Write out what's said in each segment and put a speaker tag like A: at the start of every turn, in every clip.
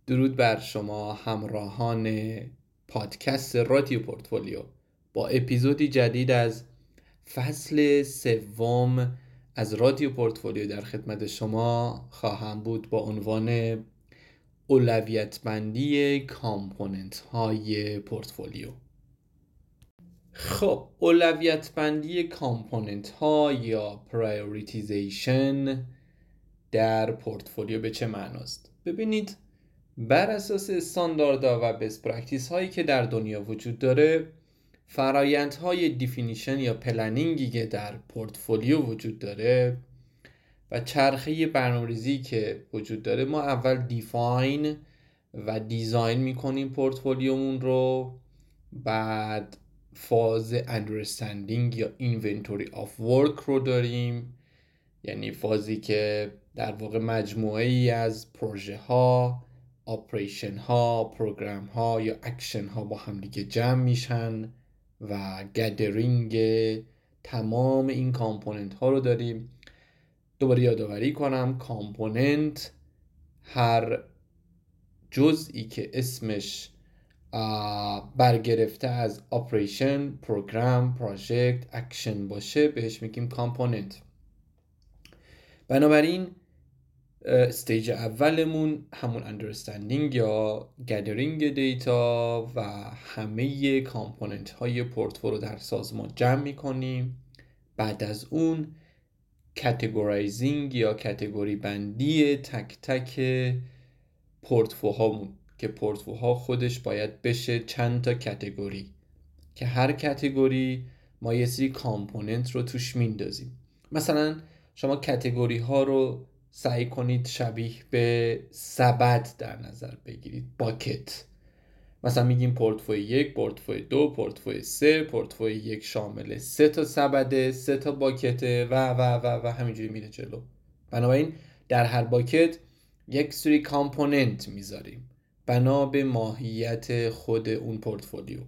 A: درود بر شما همراهان پادکست رادیو پورتفولیو با اپیزودی جدید از فصل سوم از رادیو پورتفولیو در خدمت شما خواهم بود با عنوان اولویت بندی کامپوننت های پورتفولیو. خب اولویت بندی کامپوننت ها یا پرایوریتیزیشن در پورتفولیو به چه معناست؟ ببینید، بر اساس استانداردها و بست پرکتیس هایی که در دنیا وجود داره، فرایندهای دیفینیشن یا پلنینگی که در پورتفولیو وجود داره و چرخه برنامه‌ریزی که وجود داره، ما اول دیفاین و دیزاین میکنیم پورتفولیومون رو، بعد فاز اندرستندینگ یا اینونتوری آف ورک رو داریم، یعنی فازی که در واقع مجموعه ای از پروژه ها، اپریشن ها، پروگرام ها یا اکشن ها با هم دیگه جمع میشن و گدرینگ تمام این کامپوننت ها رو داریم. دوباره یادآوری کنم، کامپوننت هر جزئی که اسمش برگرفته از اپریشن، پروگرام، پروژکت، اکشن باشه بهش میگیم کامپوننت. بنابراین استیج اولمون همون اندرستندینگ یا گدرینگ دیتا و همه کامپوننت های پورتفولیو در سازمان جمع میکنیم. بعد از اون کاتگورایزینگ یا کاتگوری بندی تک تک پورتفولیوهامون که پورتفولیوها خودش باید بشه چند تا کاتگوری که هر کاتگوری ما یه سری کامپوننت رو توش میندازیم. مثلا شما کاتگوری ها رو سعی کنید شبیه به سبد در نظر بگیرید، باکت. مثلا میگیم پورتفولیو 1، پورتفولیو 2، پورتفولیو 3، پورتفولیو 1 شامل 3 تا سبده، 3 تا باکته و همینجوری میره جلو. بنابراین در هر باکت یک سری کامپوننت میذاریم بنا به ماهیت خود اون پورتفولیو.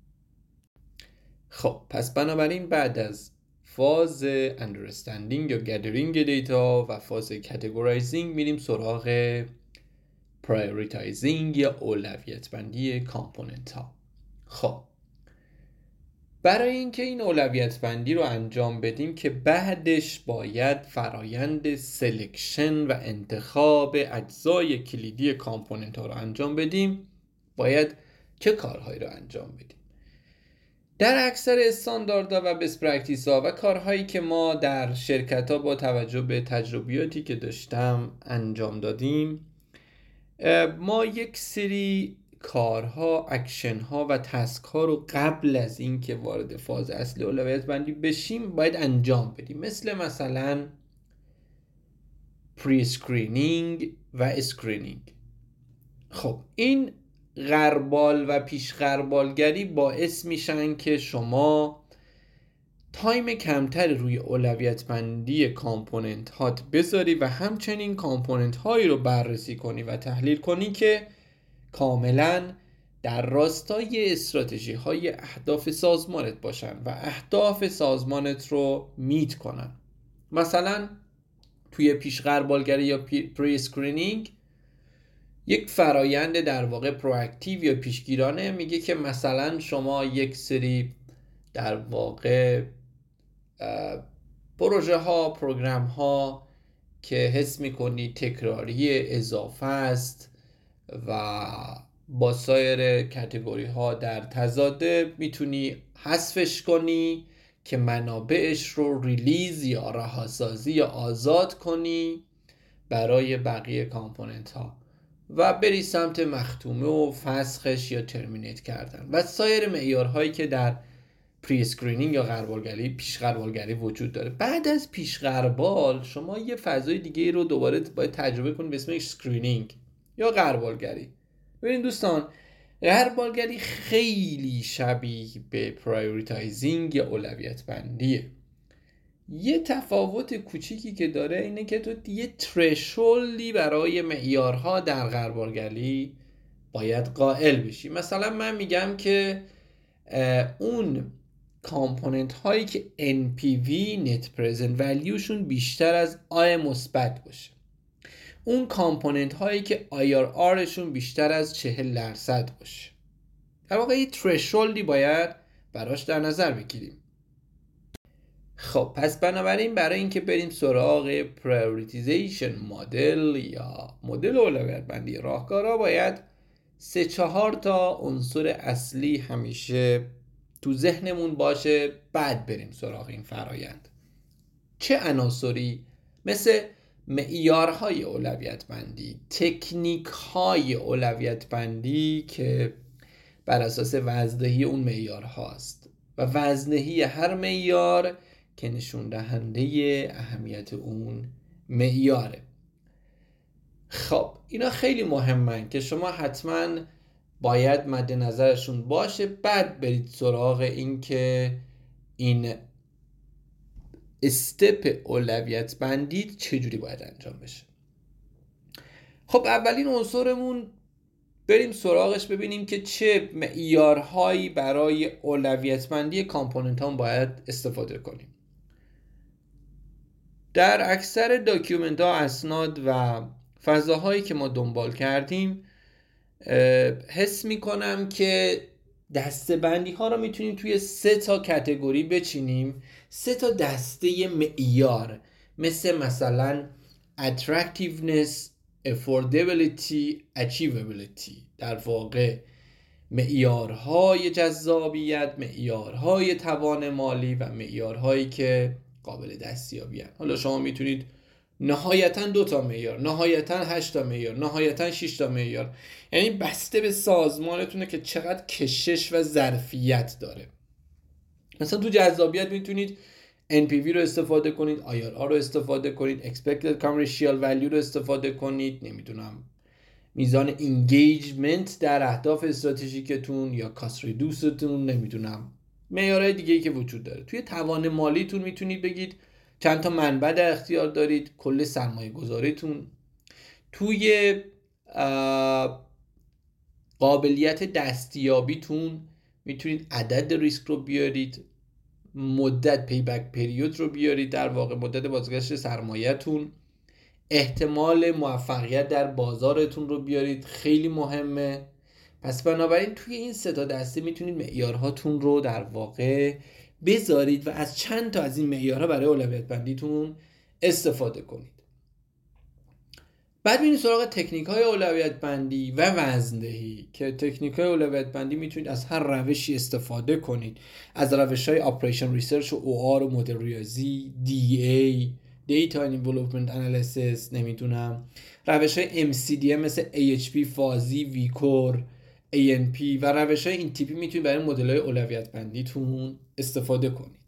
A: خب پس بنابراین بعد از فاز understanding یا gathering دیتا و فاز categorizing میریم سراغ prioritizing یا اولویت بندی کامپوننت ها. خب برای اینکه این اولویت بندی رو انجام بدیم که بعدش باید فرایند سلکشن و انتخاب اجزای کلیدی کامپوننت ها رو انجام بدیم، باید چه کارهایی رو انجام بدیم؟ در اکثر استانداردها و بست پرکتیس ها و کارهایی که ما در شرکت ها با توجه به تجربیاتی که داشتم انجام دادیم، ما یک سری کارها، اکشن ها و تسک ها رو قبل از این که وارد فاز اصلی اولویت بندی بشیم باید انجام بدیم، مثلا پری اسکرینینگ و اسکرینینگ. خب این غربال و پیش غربالگری باعث میشن که شما تایم کمتر روی اولویت بندی کامپوننت هات بذاری و همچنین کامپوننت هایی رو بررسی کنی و تحلیل کنی که کاملا در راستای استراتژی های اهداف سازمانت باشن و اهداف سازمانت رو میت کنن. مثلا توی پیش غربالگری یا پری اسکرینینگ یک فرایند در واقع پرواکتیو یا پیشگیرانه میگه که مثلا شما یک سری در واقع پروژه ها، پروگرام ها که حس میکنی تکراری اضافه است و با سایر کاتگوری ها در تضاده، میتونی حذفش کنی که منابعش رو ریلیز یا رهاسازی یا آزاد کنی برای بقیه کامپوننت ها و بری سمت مختومه و فسخش یا ترمینیت کردن و سایر معیارهایی که در پری اسکرینینگ یا غربالگری، پیش غربالگری وجود داره. بعد از پیش غربال شما یه فضای دیگه رو دوباره باید تجربه کنید به اسم اسکرینینگ یا غربالگری. ببینید دوستان، غربالگری خیلی شبیه به پرایوریتایزینگ یا اولویت بندیه. یه تفاوت کوچیکی که داره اینه که تو یه ترشولدی برای معیارها در غربالگری باید قائل بشی. مثلا من میگم که اون کامپوننت هایی که NPV Net Present Value شون بیشتر از آی مثبت باشه، اون کامپوننت هایی که IRR شون بیشتر از 40% باشه. در واقع یه ترشولدی باید براش در نظر بگیریم. خب پس بنابراین برای اینکه بریم سراغ پرایوریتیزیشن مدل یا مدل اولویت بندی راهکارها، باید 3-4 تا عنصر اصلی همیشه تو ذهنمون باشه، بعد بریم سراغ این فرایند. چه عناصری؟ مثل معیارهای اولویت بندی، تکنیک‌های اولویت بندی که بر اساس وزندهی اون معیار هاست و وزندهی هر معیار که نشون دهنده اهمیت اون معیاره. خب اینا خیلی مهمن که شما حتما باید مد نظرشون باشه، بعد برید سراغ این که این استپ اولویت بندی چجوری باید انجام بشه. خب اولین عنصرمون، بریم سراغش ببینیم که چه معیارهایی برای اولویت بندی کامپوننت ها باید استفاده کنیم. در اکثر داکیومنت ها، اسناد و فضاهایی که ما دنبال کردیم، حس میکنم که دسته بندی ها رو میتونیم توی 3 تا کاتگوری بچینیم، 3 تا دسته معیار، مثلا attractiveness، affordability، achievability. در واقع معیارهای جذابیت، معیارهای توان مالی و معیارهایی که قابل دستیابی هستند. حالا شما میتونید نهایتاً 2 تا معیار، نهایتاً 8 تا معیار، نهایتاً 6 تا معیار، یعنی بسته به سازمانتونه که چقدر کشش و ظرفیت داره. مثلا تو جذابیت میتونید NPV رو استفاده کنید، IRR رو استفاده کنید، Expected Commercial Value رو استفاده کنید، نمیدونم میزان اینگیجمنت در اهداف استراتژیکتون یا کاست ریدوستون، نمیدونم معیارهای دیگه‌ای که وجود داره. توی توان مالیتون میتونید بگید چند تا منبع در اختیار دارید، کل سرمایه گذاریتون. توی قابلیت دستیابیتون میتونید عدد ریسک رو بیارید، مدت پیبک پریود رو بیارید، در واقع مدت بازگشت سرمایه‌تون، احتمال موفقیت در بازارتون رو بیارید، خیلی مهمه. پس بنابراین توی این 3 تا دسته میتونید معیارهاتون رو در واقع بذارید و از چند تا از این معیارها برای اولویت بندیتون استفاده کنید. بعد میریم سراغ تکنیک‌های اولویت بندی و وزندهی، که تکنیک‌های اولویت بندی میتونید از هر روشی استفاده کنید، از روش‌های اپریشن ریسرچ و OR و مدل ریاضی، DA، دیتا اینولوپمنت انالیسیس، نمیدونم روش‌های MCDM مثل AHP، فازی، ویکور، ANP و روش‌های این تیپی میتونید برای مدل‌های اولویت بندیتون استفاده کنید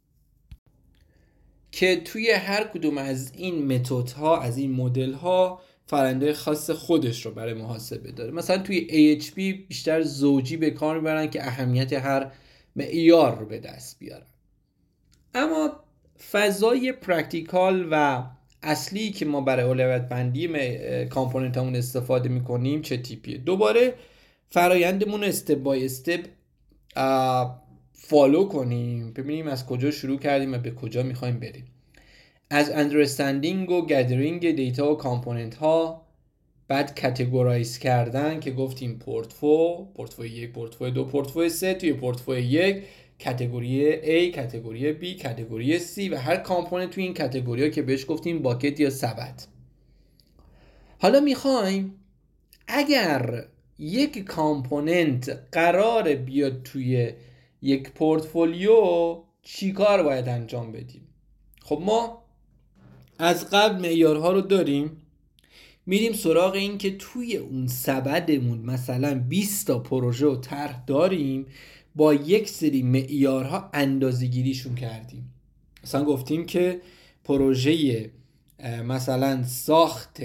A: که توی هر کدوم از این متدها، از این مدل‌ها فرآیندهای خاص خودش رو برای محاسبه داره. مثلا توی AHP بیشتر زوجی به کار میبرن که اهمیت هر معیار رو به دست بیارن. اما فضای پرکتیکال و اصلی که ما برای اولویت بندی کامپوننت همون استفاده میکنیم چه تیپیه؟ دوباره فرایندمون استپ بای استپ فالو کنیم، ببینیم از کجا شروع کردیم و به کجا میخوایم بریم. از understanding و gathering دیتا و کامپوننت ها، بعد کاتگورایز کردن که گفتیم پورتفوی 1، پورتفوی 2، پورتفوی 3. توی پورتفوی 1 کاتگوری A، کاتگوری B، کاتگوری C و هر کامپوننت توی این کاتگوری‌ها که بهش گفتیم باکت یا سبد. حالا میخوایم اگر یک کامپوننت قراره بیاد توی یک پورتفولیو چیکار باید انجام بدیم؟ خب ما از قبل معیارها رو داریم، میریم سراغ این که توی اون سبدمون مثلا 20 تا پروژه و طرح داریم، با یک سری معیارها اندازه‌گیریشون کردیم. مثلا گفتیم که پروژه مثلا ساخت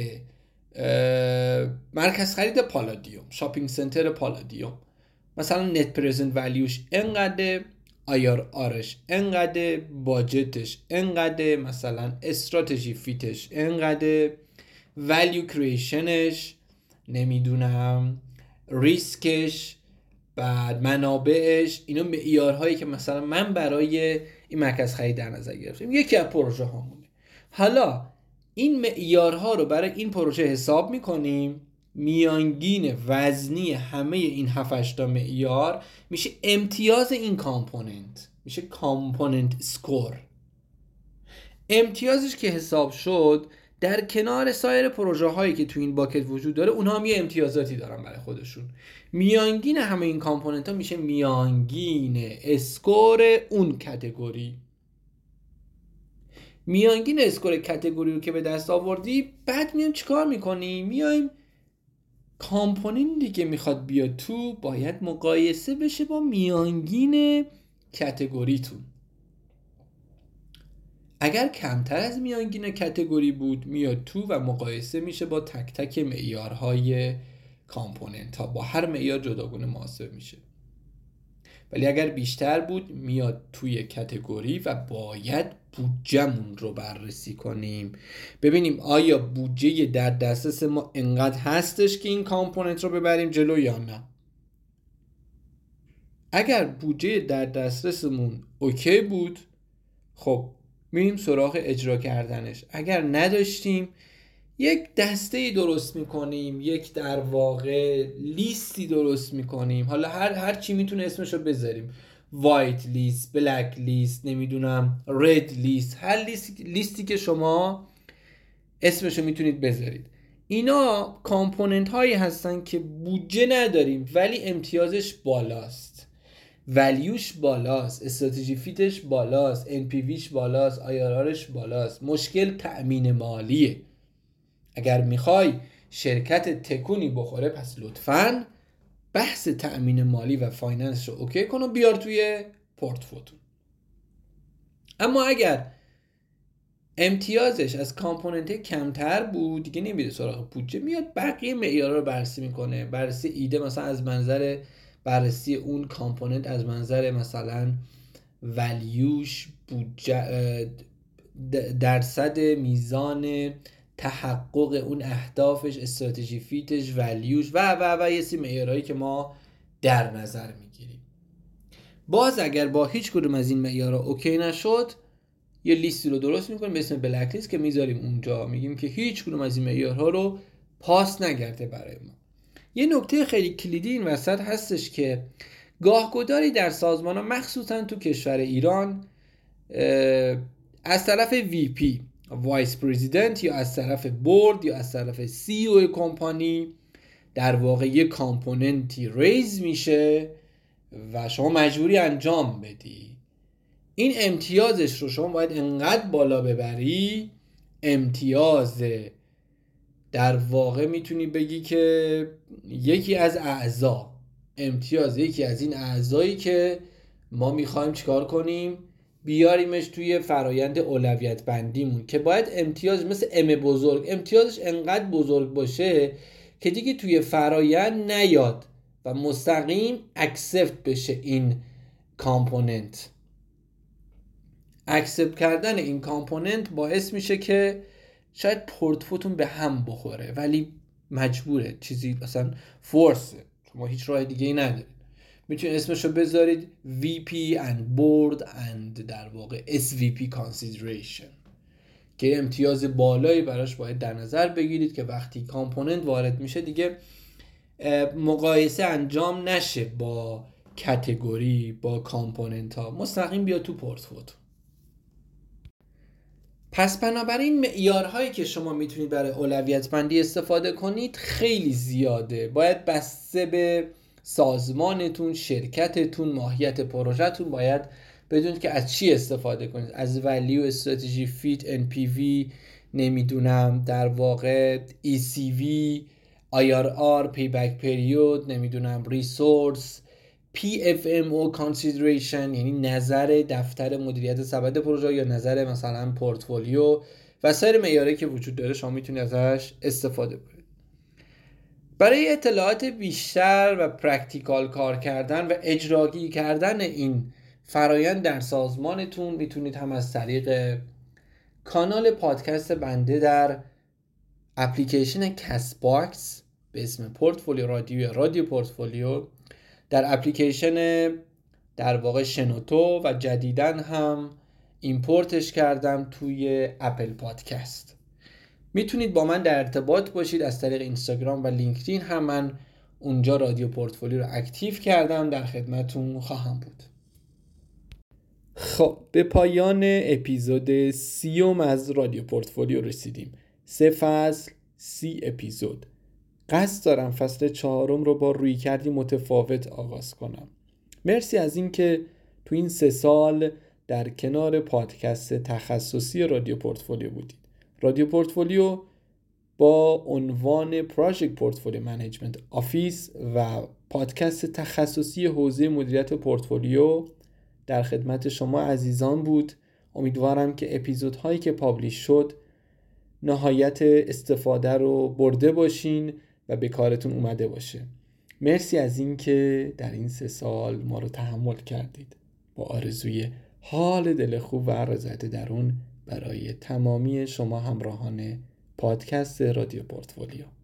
A: مرکز خرید پالادیوم، شاپینگ سنتر پالادیوم، مثلا نت پرزنت ولیوش انقدر، IRRش انقدر، باجتش انقدر، مثلا استراتژی فیتش انقدر، ولیو کریشنش، نمیدونم ریسکش، بعد منابعش. اینا معیارهایی که مثلا من برای این مرکز خرید در نظر گرفتم، یکی از پروژه هامونه. حالا این معیارها رو برای این پروژه حساب میکنیم. میانگین وزنی همه این 7-8 تا معیار میشه امتیاز این کامپوننت، میشه کامپوننت اسکور. امتیازش که حساب شد در کنار سایر پروژه هایی که تو این باکت وجود داره، اونها هم یه امتیازاتی دارن برای خودشون. میانگین همه این کامپوننت ها میشه میانگین اسکور اون کتگوری. میانگین اسکور کتگوری رو که به دست آوردی، بعد میایم چیکار میکنیم؟ میایم کامپوننتی که میخواد بیاد تو باید مقایسه بشه با میانگین کتگوریتون. اگر کمتر از میانگین کتگوری بود میاد تو و مقایسه میشه با تک تک معیارهای کامپوننت ها، با هر معیار جداگونه محاسبه میشه. ولی اگر بیشتر بود میاد توی کتگوری و باید بودجه‌مون رو بررسی کنیم، ببینیم آیا بودجه در دسترس ما انقدر هستش که این کامپوننت رو ببریم جلو یا نه. اگر بودجه در دسترسمون اوکی بود، خب میریم سراغ اجرا کردنش. اگر نداشتیم یک دسته درست میکنیم، یک در واقع لیستی درست میکنیم. حالا هر چی میتونه اسمشو بذاریم، وایت لیست، بلک لیست، نمیدونم رد لیست، هر لیستی که شما اسمشو میتونید بذارید. اینا کامپوننت هایی هستن که بودجه نداریم ولی امتیازش بالاست، ولیوش بالاست، استراتژی فیتش بالاست، NPVش بالاست، IRRش بالاست. مشکل تأمین مالیه. اگر میخوای شرکت تکونی بخوره، پس لطفاً بحث تأمین مالی و فایننس رو اوکی کن و بیار توی پورتفولیوتون. اما اگر امتیازش از کامپوننت کمتر بود، دیگه نمیره سراغ بودجه، میاد بقیه معیارها رو بررسی میکنه. بررسی ایده مثلا از منظر بررسی اون کامپوننت، از منظر مثلا ولیوش، بودجه، درصد میزان تحقق اون اهدافش، استراتژی فیتش، ولیوش و یه سری معیارهایی که ما در نظر میگیریم. باز اگر با هیچ کدوم از این معیارها اوکی نشد، یه لیستی رو درست میکنیم به اسم بلک لیست که میذاریم اونجا، میگیم که هیچ کدوم از این معیارها رو پاس نگرده برای ما. یه نکته خیلی کلیدی این وسط هستش که گاهگداری در سازمان‌ها مخصوصا تو کشور ایران از طرف VP وایس پرزیدنت یا از طرف بورد یا از طرف CEO کمپانی در واقع یه کامپوننتی ریز میشه و شما مجبوری انجام بدی. این امتیازش رو شما باید انقدر بالا ببری، امتیاز در واقع میتونی بگی که یکی از اعضا، امتیاز یکی از این اعضایی که ما میخوایم چیکار کنیم، بیاریمش توی فرایند اولویت بندیمون، که باید امتیاز مثل ام بزرگ، امتیازش انقدر بزرگ باشه که دیگه توی فرایند نیاد و مستقیم اکسپت بشه. این کامپوننت اکسپت کردن این کامپوننت باعث میشه که شاید پورتفولیوتون به هم بخوره، ولی مجبوره، چیزی اصلا فورسه، شما هیچ راه دیگه ای ندارید. میتونید اسمشو بذارید VP and Board and در واقع SVP Consideration، که امتیاز بالایی براش باید در نظر بگیرید که وقتی کامپوننت وارد میشه دیگه مقایسه انجام نشه با کتگوری، با کامپوننت ها، مستقیم بیا تو پورتفولیو. پس بنابراین معیارهایی که شما میتونید برای اولویت بندی استفاده کنید خیلی زیاده. باید بسته به سازمانتون، شرکتتون، ماهیت پروژهتون باید بدونید که از چی استفاده کنید. از ولیو، استراتژی فیت، NPV، نمیدونم در واقع ECV، IRR، Payback Period، نمیدونم ریسورس، PFMO Consideration یعنی نظر دفتر مدیریت سبد پروژه یا نظر مثلا پورتفولیو و سایر معیارهایی که وجود داره شما میتونید ازش استفاده کنید. برای اطلاعات بیشتر و پرکتیکال کار کردن و اجرایی کردن این فرایند در سازمانتون میتونید هم از طریق کانال پادکست بنده در اپلیکیشن کست باکس به اسم پورتفولیو رادیو یا رادیو پورتفولیو، در اپلیکیشن در واقع شنوتو و جدیداً هم ایمپورتش کردم توی اپل پادکست. میتونید با من در ارتباط باشید از طریق اینستاگرام و لینکدین هم. من اونجا رادیو پورتفولیو رو اکتیو کردم، در خدمتون خواهم بود. خب به پایان اپیزود 30 از رادیو پورتفولیو رسیدیم. 3 فصل 30 اپیزود. قصد دارم فصل 4 رو با رویکردی متفاوت آغاز کنم. مرسی از این که تو این 3 سال در کنار پادکست تخصصی رادیو پورتفولیو بودید. رادیو پورتفولیو با عنوان پراجکت پورتفولیو منیجمنت آفیس و پادکست تخصصی حوزه مدیریت پورتفولیو در خدمت شما عزیزان بود. امیدوارم که اپیزودهایی که پابلیش شد نهایت استفاده رو برده باشین و به کارتون اومده باشه. مرسی از این که در این 3 سال ما رو تحمل کردید. با آرزوی حال دل خوب و رضایت درون برای تمامی شما همراهان پادکست رادیو پورتفولیو.